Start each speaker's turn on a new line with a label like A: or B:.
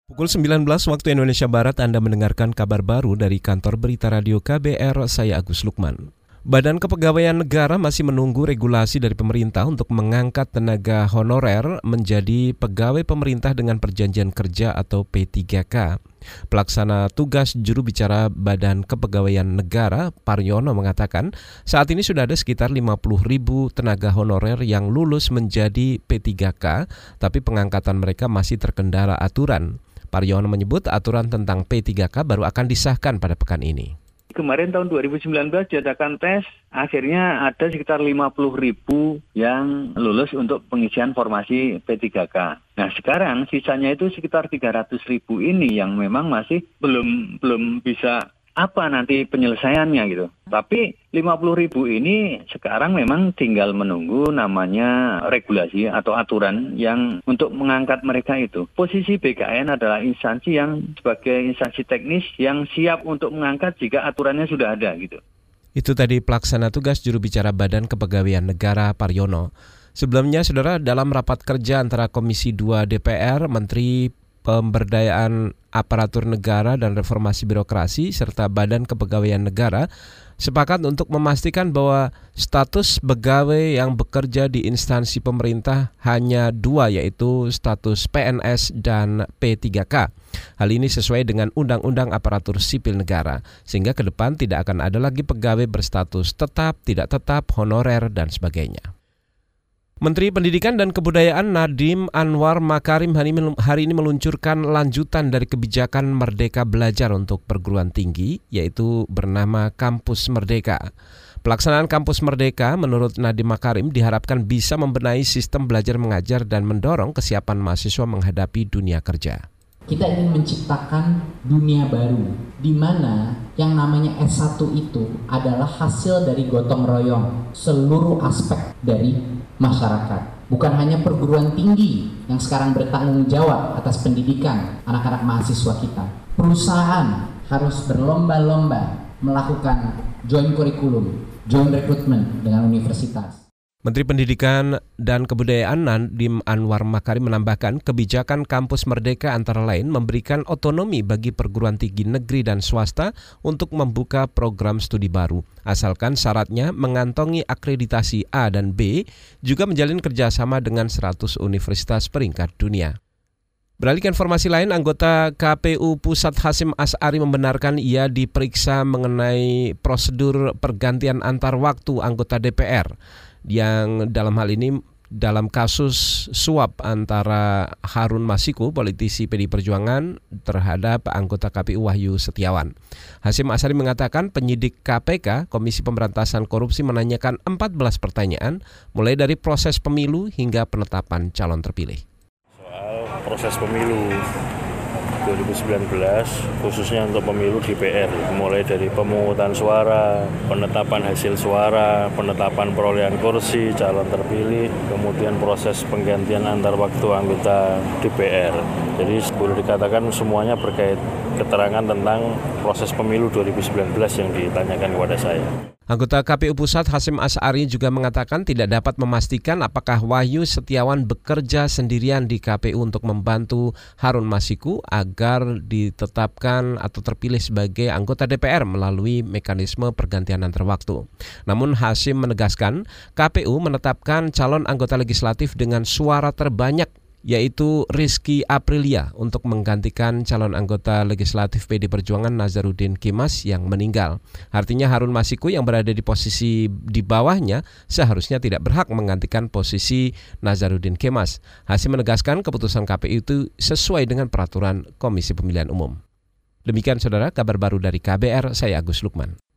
A: Pukul 19 waktu Indonesia Barat, Anda mendengarkan kabar baru dari kantor berita radio KBR, saya Agus Lukman. Badan Kepegawaian Negara masih menunggu regulasi dari pemerintah untuk mengangkat tenaga honorer menjadi pegawai pemerintah dengan perjanjian kerja atau P3K. Pelaksana tugas juru bicara Badan Kepegawaian Negara, Paryono, mengatakan saat ini sudah ada sekitar 50.000 tenaga honorer yang lulus menjadi P3K, tapi pengangkatan mereka masih terkendala aturan. Paryono menyebut aturan tentang P3K baru akan disahkan pada pekan ini.
B: Kemarin tahun 2019 diadakan tes, akhirnya ada sekitar 50.000 yang lulus untuk pengisian formasi P3K. Nah sekarang sisanya itu sekitar 300.000 ini yang memang masih belum bisa apa nanti penyelesaiannya gitu. Tapi 50.000 ini sekarang memang tinggal menunggu namanya regulasi atau aturan yang untuk mengangkat mereka itu. Posisi BKN adalah instansi yang sebagai instansi teknis yang siap untuk mengangkat jika aturannya sudah ada gitu.
A: Itu tadi pelaksana tugas juru bicara Badan Kepegawaian Negara, Paryono. Sebelumnya, saudara, dalam rapat kerja antara Komisi 2 DPR, Menteri Pemberdayaan Aparatur Negara dan Reformasi Birokrasi serta Badan Kepegawaian Negara sepakat untuk memastikan bahwa status pegawai yang bekerja di instansi pemerintah hanya dua, yaitu status PNS dan P3K. Hal ini sesuai dengan Undang-Undang Aparatur Sipil Negara, sehingga ke depan tidak akan ada lagi pegawai berstatus tetap, tidak tetap, honorer, dan sebagainya. Menteri Pendidikan dan Kebudayaan Nadiem Anwar Makarim hari ini meluncurkan lanjutan dari kebijakan Merdeka Belajar untuk perguruan tinggi, yaitu bernama Kampus Merdeka. Pelaksanaan Kampus Merdeka menurut Nadiem Makarim diharapkan bisa membenahi sistem belajar mengajar dan mendorong kesiapan mahasiswa menghadapi dunia kerja.
C: Kita ingin menciptakan dunia baru, di mana yang namanya S1 itu adalah hasil dari gotong royong seluruh aspek dari masyarakat. Bukan hanya perguruan tinggi yang sekarang bertanggung jawab atas pendidikan anak-anak mahasiswa kita. Perusahaan harus berlomba-lomba melakukan joint curriculum, joint recruitment dengan universitas.
A: Menteri Pendidikan dan Kebudayaan Nadiem Anwar Makarim menambahkan kebijakan Kampus Merdeka antara lain memberikan otonomi bagi perguruan tinggi negeri dan swasta untuk membuka program studi baru, asalkan syaratnya mengantongi akreditasi A dan B, juga menjalin kerjasama dengan 100 universitas peringkat dunia. Beralih ke informasi lain, anggota KPU Pusat Hasyim Asy'ari membenarkan ia diperiksa mengenai prosedur pergantian antar waktu anggota DPR yang dalam hal ini dalam kasus suap antara Harun Masiku, politisi PD Perjuangan, terhadap anggota KPU Wahyu Setiawan. Hasyim Asy'ari mengatakan penyidik KPK, Komisi Pemberantasan Korupsi, menanyakan 14 pertanyaan, mulai dari proses pemilu hingga penetapan calon terpilih.
D: Proses pemilu 2019 khususnya untuk pemilu DPR, mulai dari pemungutan suara, penetapan hasil suara, penetapan perolehan kursi, calon terpilih, kemudian proses penggantian antar waktu anggota DPR. Jadi boleh dikatakan semuanya berkait keterangan tentang proses pemilu 2019 yang ditanyakan kepada saya.
A: Anggota KPU Pusat Hasyim Asy'ari juga mengatakan tidak dapat memastikan apakah Wahyu Setiawan bekerja sendirian di KPU untuk membantu Harun Masiku agar ditetapkan atau terpilih sebagai anggota DPR melalui mekanisme pergantian antar waktu. Namun Hasyim menegaskan KPU menetapkan calon anggota legislatif dengan suara terbanyak, yaitu Rizky Aprilia, untuk menggantikan calon anggota legislatif PD Perjuangan Nazarudin Kemas yang meninggal. Artinya Harun Masiku yang berada di posisi di bawahnya seharusnya tidak berhak menggantikan posisi Nazarudin Kemas. Hasyim menegaskan keputusan KPU itu sesuai dengan peraturan Komisi Pemilihan Umum. Demikian saudara, kabar baru dari KBR, saya Agus Lukman.